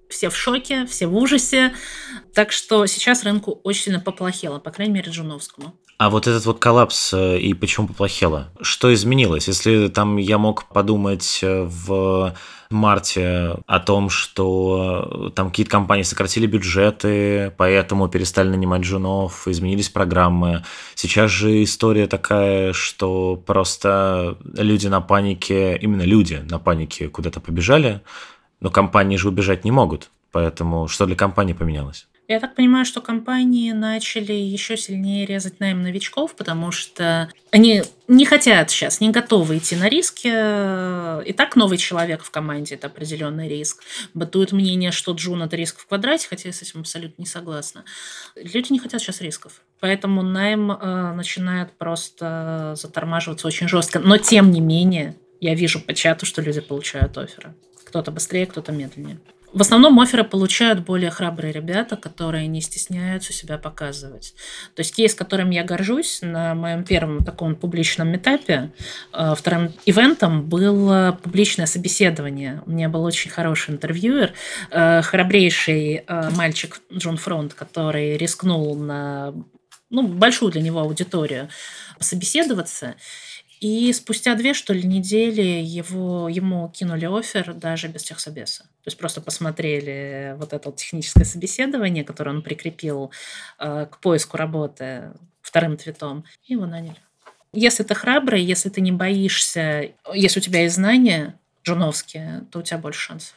все в шоке, все в ужасе. Так что сейчас рынку очень сильно поплохело, по крайней мере, джуновскому. А вот этот вот коллапс и почему поплохело? Что изменилось? Если там я мог подумать в марте о том, что там какие-то компании сократили бюджеты, поэтому перестали нанимать джунов, изменились программы. Сейчас же история такая, что просто люди на панике, именно люди на панике куда-то побежали, но компании же убежать не могут. Поэтому что для компании поменялось? Я так понимаю, что компании начали еще сильнее резать найм новичков, потому что они не хотят сейчас, не готовы идти на риски. И так новый человек в команде – это определенный риск. Бытует мнение, что джун – это риск в квадрате, хотя я с этим абсолютно не согласна. Люди не хотят сейчас рисков. Поэтому найм начинает просто затормаживаться очень жестко. Но тем не менее, я вижу по чату, что люди получают офферы. Кто-то быстрее, кто-то медленнее. В основном офферы получают более храбрые ребята, которые не стесняются себя показывать. То есть кейс, которым я горжусь на моем первом таком публичном метапе, вторым ивентом было публичное собеседование. У меня был очень хороший интервьюер, храбрейший мальчик Джон Фронт, который рискнул на большую для него аудиторию пособеседоваться. И спустя 2, что ли, недели ему кинули оффер даже без техсобеса. То есть просто посмотрели вот это вот техническое собеседование, которое он прикрепил к поиску работы вторым твитом, и его наняли. Если ты храбрый, если ты не боишься, если у тебя есть знания джуновские, то у тебя больше шансов.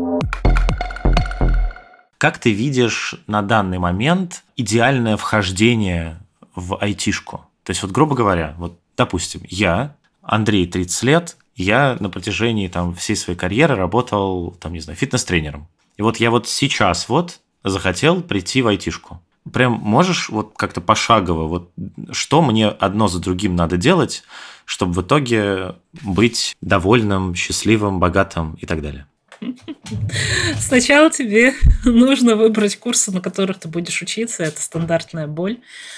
Как ты видишь на данный момент идеальное вхождение в айтишку? То есть, вот, грубо говоря, вот, допустим, я, Андрей, 30 лет, я на протяжении всей своей карьеры работал, фитнес-тренером. И вот я вот сейчас захотел прийти в айтишку. Прям можешь как-то пошагово, что мне одно за другим надо делать, чтобы в итоге быть довольным, счастливым, богатым и так далее? Сначала тебе нужно выбрать курсы, на которых ты будешь учиться. Это стандартная боль.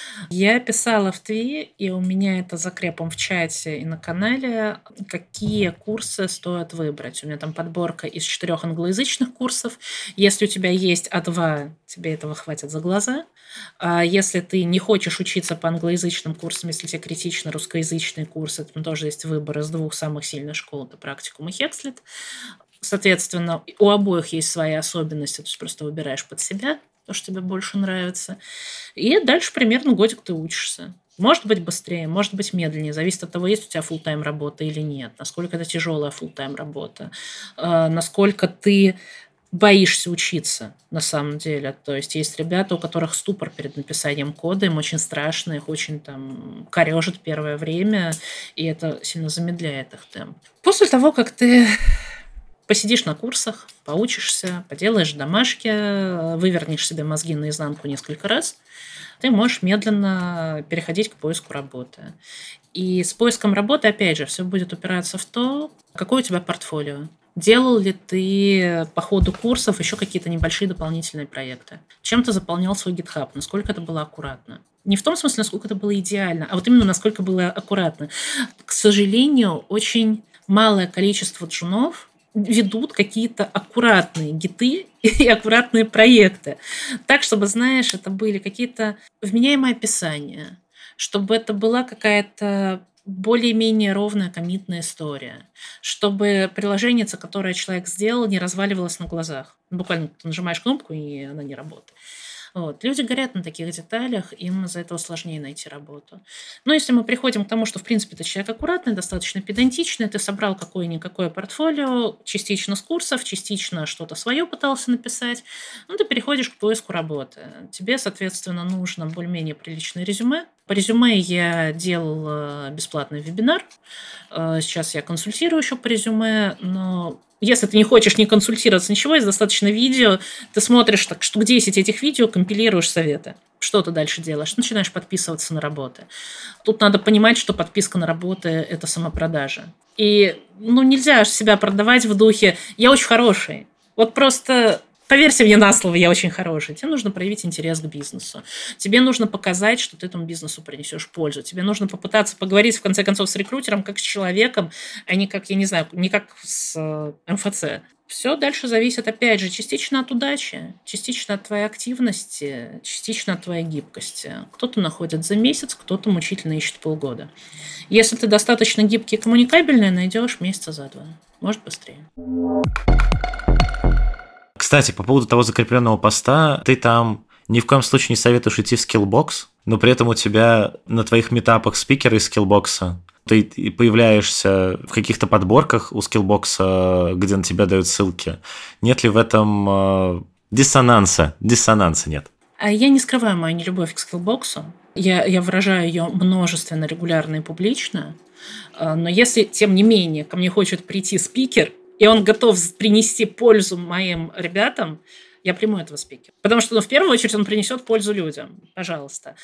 Я писала в ТВИ, и у меня это закрепом в чате и на канале, какие курсы стоит выбрать. У меня там подборка из 4 англоязычных курсов. Если у тебя есть А2, тебе этого хватит за глаза. А если ты не хочешь учиться по англоязычным курсам, если тебе критичны русскоязычные курсы, там тоже есть выбор из 2 самых сильных школ, это практикум и Хекслит. Соответственно, у обоих есть свои особенности, то есть просто выбираешь под себя то, что тебе больше нравится. И дальше примерно годик ты учишься. Может быть быстрее, может быть медленнее. Зависит от того, есть у тебя фулл-тайм работа или нет. Насколько это тяжелая фулл-тайм работа. Насколько ты боишься учиться на самом деле. То есть есть ребята, у которых ступор перед написанием кода, им очень страшно, их очень корежит первое время, и это сильно замедляет их темп. После того, как ты посидишь на курсах, поучишься, поделаешь домашки, вывернешь себе мозги наизнанку несколько раз, ты можешь медленно переходить к поиску работы. И с поиском работы, опять же, все будет упираться в то, какое у тебя портфолио. Делал ли ты по ходу курсов еще какие-то небольшие дополнительные проекты? Чем ты заполнял свой GitHub? Насколько это было аккуратно? Не в том смысле, насколько это было идеально, а вот именно насколько было аккуратно. К сожалению, очень малое количество джунов ведут какие-то аккуратные гиты и аккуратные проекты. Так, чтобы, знаешь, это были какие-то вменяемые описания, чтобы это была какая-то более-менее ровная коммитная история, чтобы приложение, которое человек сделал, не разваливалось на глазах. Буквально ты нажимаешь кнопку, и она не работает. Люди горят на таких деталях, им из-за этого сложнее найти работу. Но если мы приходим к тому, что, в принципе, ты человек аккуратный, достаточно педантичный, ты собрал какое-никакое портфолио, частично с курсов, частично что-то свое пытался написать, ты переходишь к поиску работы. Тебе, соответственно, нужно более-менее приличное резюме. По резюме я делала бесплатный вебинар. Сейчас я консультирую еще по резюме, но если ты не хочешь не консультироваться, ничего, есть достаточно видео, ты смотришь штук 10 этих видео, компилируешь советы. Что ты дальше делаешь? Начинаешь подписываться на работы. Тут надо понимать, что подписка на работы – это самопродажа. И нельзя себя продавать в духе «я очень хороший». Просто поверьте мне на слово, я очень хороший. Тебе нужно проявить интерес к бизнесу. Тебе нужно показать, что ты этому бизнесу принесешь пользу. Тебе нужно попытаться поговорить, в конце концов, с рекрутером, как с человеком, а не как, я не знаю, не как с МФЦ. Все дальше зависит, опять же, частично от удачи, частично от твоей активности, частично от твоей гибкости. Кто-то находит за месяц, кто-то мучительно ищет полгода. Если ты достаточно гибкий и коммуникабельный, найдешь месяца за 2, может, быстрее. Кстати, по поводу того закрепленного поста, ты там ни в коем случае не советуешь идти в Skillbox, но при этом у тебя на твоих митапах спикеры из Skillbox, ты появляешься в каких-то подборках у Skillbox, где на тебя дают ссылки. Нет ли в этом диссонанса? Диссонанса нет. Я не скрываю мою нелюбовь к Skillbox. Я выражаю ее множественно, регулярно и публично. Но если, тем не менее, ко мне хочет прийти спикер, и он готов принести пользу моим ребятам, я приму этого спикера. Потому что, в первую очередь, он принесет пользу людям. Пожалуйста.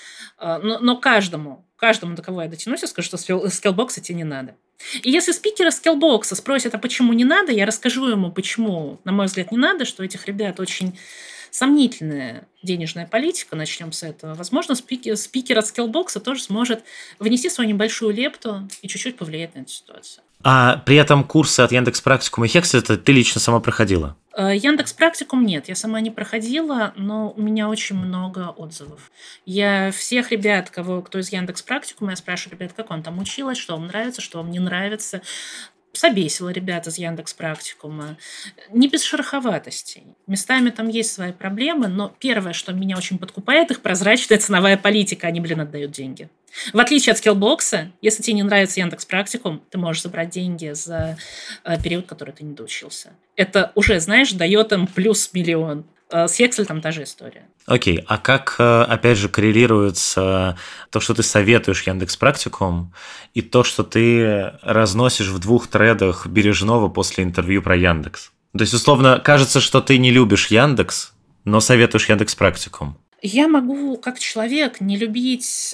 Но каждому, до кого я дотянусь, я скажу, что Skillbox идти не надо. И если спикера Skillbox спросят, а почему не надо, я расскажу ему, почему, на мой взгляд, не надо, что у этих ребят очень сомнительная денежная политика, начнем с этого. Возможно, спикер от Skillbox тоже сможет внести свою небольшую лепту и чуть-чуть повлиять на эту ситуацию. А при этом курсы от Яндекс.Практикума и Хекс это ты лично сама проходила? Яндекс.Практикум нет, я сама не проходила, но у меня очень много отзывов. Я всех ребят, кто из Яндекс.Практикума, я спрашиваю, ребят, как он там училась, что вам нравится, что вам не нравится. Собесила ребят из Яндекс.Практикума. Не без шероховатостей. Местами там есть свои проблемы, но первое, что меня очень подкупает, их прозрачная ценовая политика. Они, отдают деньги. В отличие от Skillbox, если тебе не нравится Яндекс.Практикум, ты можешь забрать деньги за период, который ты не доучился. Это уже, дает им плюс миллион. С Excel там та же история. Окей, а как, опять же, коррелируется то, что ты советуешь Яндекс.Практикум, и то, что ты разносишь в 2 тредах Бережного после интервью про Яндекс? То есть, условно, кажется, что ты не любишь Яндекс, но советуешь Яндекс.Практикум. Я могу, как человек, не любить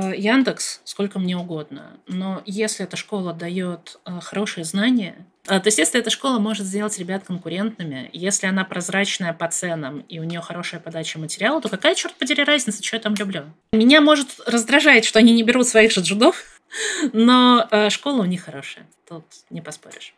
Яндекс сколько мне угодно, но если эта школа дает хорошие знания, то есть если эта школа может сделать ребят конкурентными, если она прозрачная по ценам и у нее хорошая подача материала, то какая, черт подери, разница, что я там люблю? Меня может раздражать, что они не берут своих же джудов, но школа у них хорошая, тут не поспоришь.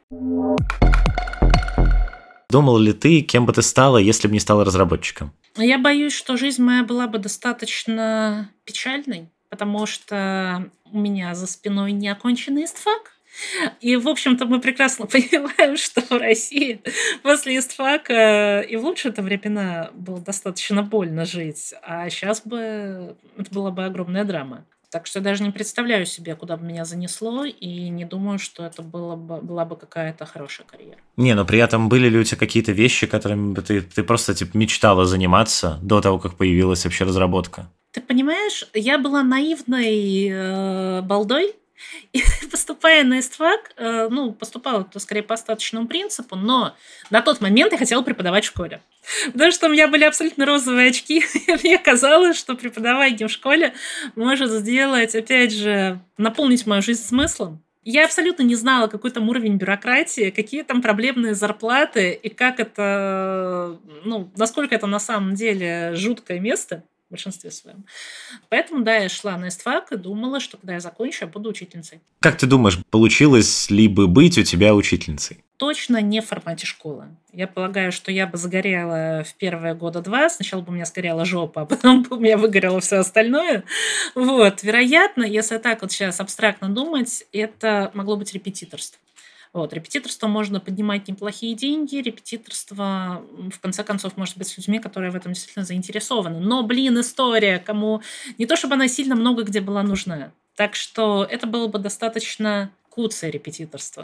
Думал ли ты, кем бы ты стала, если бы не стала разработчиком? Я боюсь, что жизнь моя была бы достаточно печальной, потому что у меня за спиной неоконченный истфак. И, в общем-то, мы прекрасно понимаем, что в России после истфака и в лучшие-то времена было достаточно больно жить, а сейчас бы это была бы огромная драма. Так что я даже не представляю себе, куда бы меня занесло, и не думаю, что это была бы какая-то хорошая карьера. Не, но при этом были ли у тебя какие-то вещи, которыми ты просто мечтала заниматься до того, как появилась вообще разработка? Ты понимаешь, я была наивной балдой, и поступая на истфак, поступала скорее по остаточному принципу, но на тот момент я хотела преподавать в школе. Потому что у меня были абсолютно розовые очки, и мне казалось, что преподавание в школе может сделать, опять же, наполнить мою жизнь смыслом. Я абсолютно не знала, какой там уровень бюрократии, какие там проблемные зарплаты, и как это, насколько это на самом деле жуткое место. В большинстве своем. Поэтому, да, я шла на истфак и думала, что когда я закончу, я буду учительницей. Как ты думаешь, получилось ли бы быть у тебя учительницей? Точно не в формате школы. Я полагаю, что я бы загорела в первые 2 года. Сначала бы у меня сгорела жопа, а потом бы у меня выгорело все остальное. Вероятно, если так сейчас абстрактно думать, это могло быть репетиторство. Репетиторство можно поднимать неплохие деньги, репетиторство, в конце концов, может быть с людьми, которые в этом действительно заинтересованы. Но, история, кому не то чтобы она сильно много где была нужна. Так что это было бы достаточно куцое репетиторство.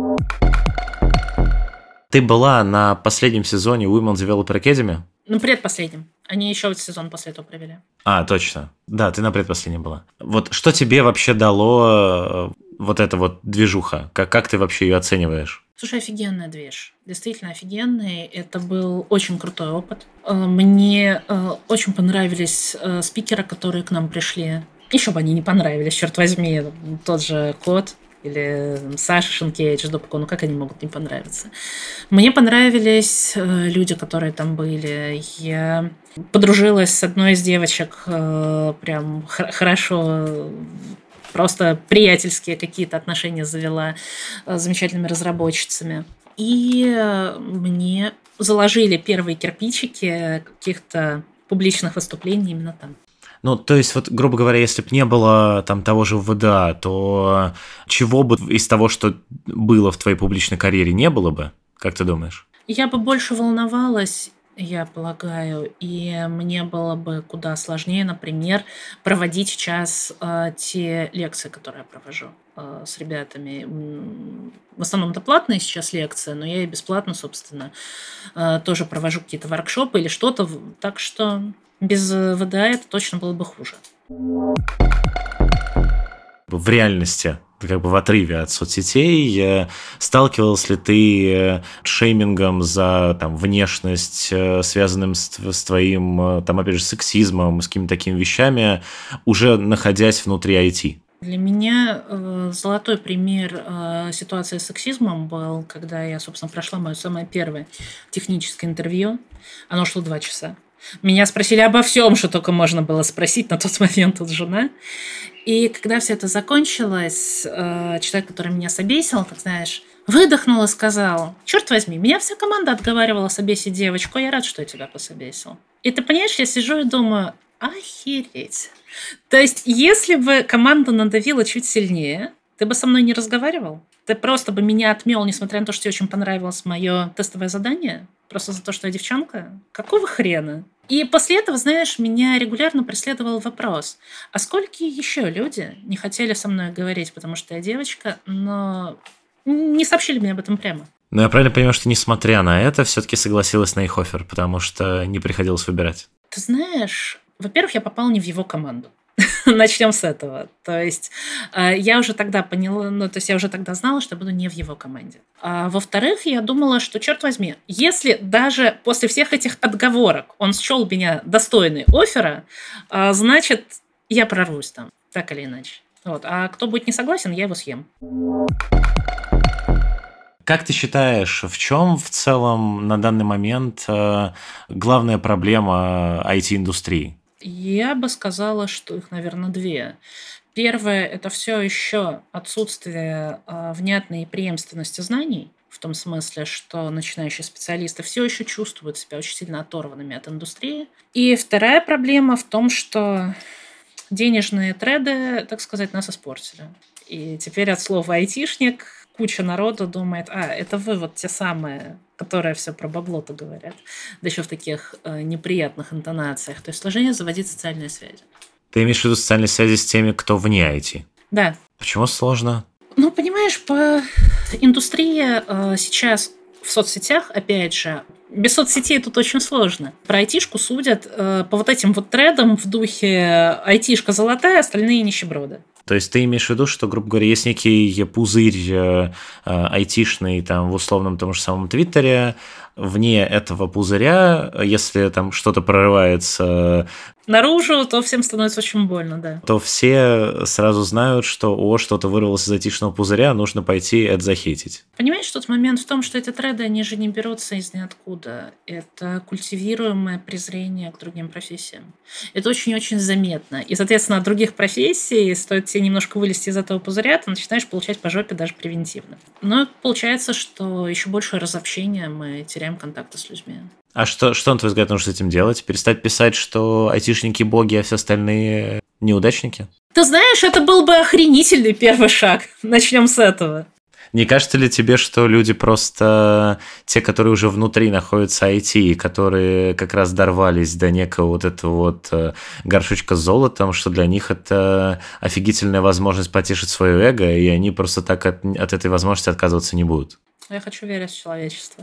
Ты была на последнем сезоне Women Developer Academy? Предпоследнем. Они еще сезон после этого провели. Точно. Да, ты на предпоследнем была. Что тебе вообще дало эта движуха? Как ты вообще ее оцениваешь? Слушай, офигенная движ. Действительно офигенный. Это был очень крутой опыт. Мне очень понравились спикеры, которые к нам пришли. Еще бы они не понравились, черт возьми. Тот же Кот или Саша Шенкевич, как они могут не понравиться? Мне понравились люди, которые там были. Я подружилась с одной из девочек прям хорошо, просто приятельские какие-то отношения завела с замечательными разработчицами. И мне заложили первые кирпичики каких-то публичных выступлений именно там. Ну, то есть, вот, грубо говоря, если бы не было там того же ВДА, то чего бы из того, что было в твоей публичной карьере, не было бы? Как ты думаешь? Я бы больше волновалась, я полагаю, и мне было бы куда сложнее, например, проводить сейчас те лекции, которые я провожу с ребятами. В основном это платные сейчас лекции, но я и бесплатно, собственно, тоже провожу какие-то воркшопы или что-то. Так что без ВДА это точно было бы хуже. В реальности, как бы в отрыве от соцсетей, сталкивалась ли ты с шеймингом за там, внешность, связанным с твоим, там, опять же, сексизмом, с какими-то такими вещами, уже находясь внутри IT? Для меня золотой пример ситуации с сексизмом был, когда я, собственно, прошла мое самое первое техническое интервью. Оно шло 2 часа. Меня спросили обо всем, что только можно было спросить на тот момент тут жена. И когда все это закончилось, человек, который меня собесил, так знаешь, выдохнул и сказал: черт возьми, меня вся команда отговаривала собесить девочку, я рад, что я тебя пособесил. И ты понимаешь, я сижу и думаю: охереть. То есть, если бы команда надавила чуть сильнее, ты бы со мной не разговаривал? Ты просто бы меня отмел, несмотря на то, что тебе очень понравилось мое тестовое задание? Просто за то, что я девчонка? Какого хрена? И после этого, знаешь, меня регулярно преследовал вопрос: а сколько еще люди не хотели со мной говорить, потому что я девочка, но не сообщили мне об этом прямо? Но я правильно понимаю, что несмотря на это, все-таки согласилась на их оффер, потому что не приходилось выбирать? Ты знаешь, во-первых, я попала не в его команду. Начнем с этого. То есть я уже тогда поняла, ну, то есть я уже тогда знала, что я буду не в его команде. А во-вторых, я думала, что, черт возьми, если даже после всех этих отговорок он счел меня достойной оффера, значит, я прорвусь там, так или иначе. Вот. А кто будет не согласен, я его съем. Как ты считаешь, в чем в целом на данный момент главная проблема IT-индустрии? Я бы сказала, что их, наверное, 2. Первое – это все еще отсутствие внятной преемственности знаний, в том смысле, что начинающие специалисты все еще чувствуют себя очень сильно оторванными от индустрии. И вторая проблема в том, что денежные треды, так сказать, нас испортили. И теперь от слова «айтишник» куча народу думает: это вы вот те самые, которые все про бабло-то говорят. Да еще в таких неприятных интонациях. То есть сложнее заводить социальные связи. Ты имеешь в виду социальные связи с теми, кто вне IT? Да. Почему сложно? Ну, понимаешь, по индустрии сейчас в соцсетях, опять же, без соцсетей тут очень сложно. Про айтишку судят по вот этим вот трендам в духе «айтишка золотая, остальные нищеброды». То есть ты имеешь в виду, что, грубо говоря, есть некий пузырь айтишный там в условном том же самом Твиттере, вне этого пузыря, если там что-то прорывается наружу, то всем становится очень больно, да. То все сразу знают, что что-то вырвалось из айтишного пузыря, нужно пойти это захейтить. Понимаешь, тот момент в том, что эти треды, они же не берутся из ниоткуда. Это культивируемое презрение к другим профессиям. Это очень-очень заметно. И, соответственно, от других профессий стоит тебе немножко вылезти из этого пузыря, ты начинаешь получать по жопе даже превентивно. Но получается, что еще больше разобщения, мы теряем контакты с людьми. А что, на твой взгляд, нужно с этим делать? Перестать писать, что айтишники боги, а все остальные неудачники? Ты знаешь, это был бы охренительный первый шаг. Начнем с этого. Не кажется ли тебе, что люди просто те, которые уже внутри находятся IT, которые как раз дорвались до некого вот этого вот горшочка с золотом, что для них это офигительная возможность потешить свое эго, и они просто так от этой возможности отказываться не будут? Я хочу верить в человечество.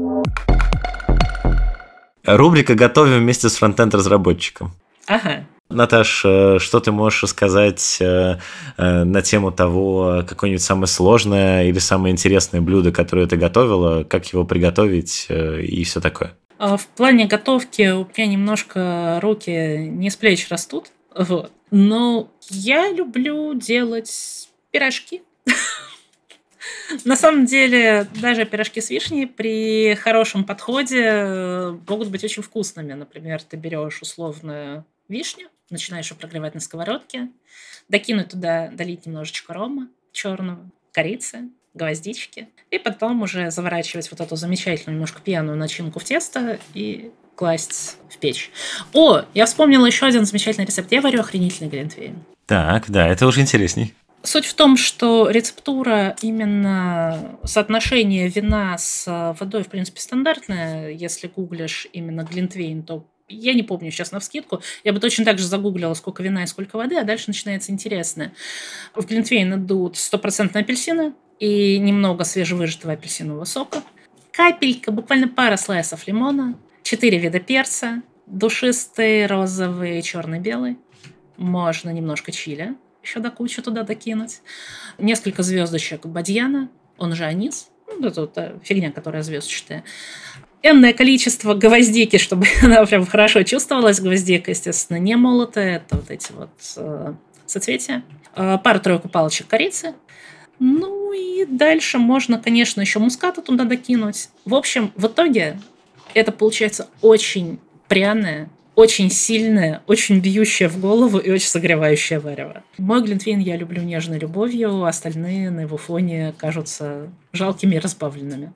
Рубрика «Готовим вместе с фронтенд-разработчиком». Ага. Наташ, что ты можешь рассказать на тему того, какое-нибудь самое сложное или самое интересное блюдо, которое ты готовила, как его приготовить и все такое? В плане готовки у меня немножко руки не с плеч растут, вот. Но я люблю делать пирожки. На самом деле, даже пирожки с вишней при хорошем подходе могут быть очень вкусными. Например, ты берешь условную вишню, начинаешь ее прогревать на сковородке, долить немножечко рома черного, корицы, гвоздички, и потом уже заворачивать вот эту замечательную, немножко пьяную начинку в тесто и класть в печь. О, я вспомнила еще один замечательный рецепт. Я варю охренительный глинтвейн. Так, да, это уже интересней. Суть в том, что рецептура, именно соотношение вина с водой, в принципе, стандартное. Если гуглишь именно глинтвейн, то я не помню сейчас навскидку. Я бы точно так же загуглила, сколько вина и сколько воды, а дальше начинается интересное. В глинтвейн идут 100% апельсины и немного свежевыжатого апельсинового сока, капелька, буквально пара слайсов лимона, 4 вида перца, душистый, розовый, черный, белый. Можно немножко чили еще до кучи туда докинуть. Несколько звездочек бадьяна, он же анис. Ну, это вот фигня, которая звездочная. Энное количество гвоздики, чтобы она прям хорошо чувствовалась. Гвоздика, естественно, не молотая. Это вот эти вот соцветия. Пару-тройку палочек корицы. Ну и дальше можно, конечно, еще муската туда докинуть. В общем, в итоге это получается очень пряное, очень сильное, очень бьющее в голову и очень согревающее варево. Мой глинтвейн я люблю нежной любовью, остальные на его фоне кажутся жалкими и разбавленными.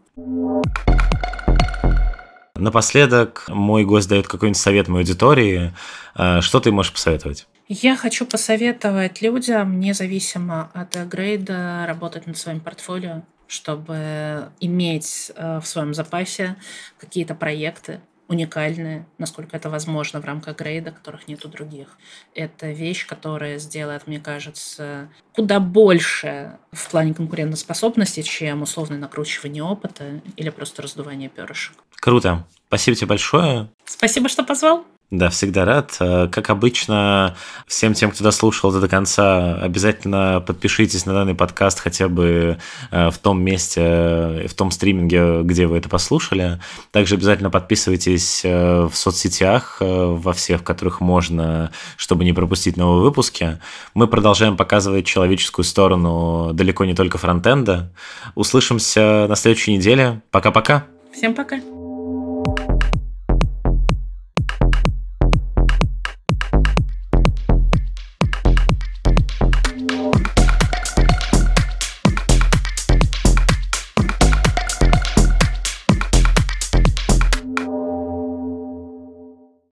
Напоследок мой гость дает какой-нибудь совет моей аудитории. Что ты можешь посоветовать? Я хочу посоветовать людям, независимо от грейда, работать над своим портфолио, чтобы иметь в своем запасе какие-то проекты уникальные, насколько это возможно в рамках грейда, которых нет у других. Это вещь, которая сделает, мне кажется, куда больше в плане конкурентоспособности, чем условное накручивание опыта или просто раздувание перышек. Круто. Спасибо тебе большое. Спасибо, что позвал. Да, всегда рад. Как обычно, всем тем, кто дослушал это до конца, обязательно подпишитесь на данный подкаст хотя бы в том месте, в том стриминге, где вы это послушали. Также обязательно подписывайтесь в соцсетях, во всех, в которых можно, чтобы не пропустить новые выпуски. Мы продолжаем показывать человеческую сторону далеко не только фронтенда. Услышимся на следующей неделе. Пока-пока. Всем пока.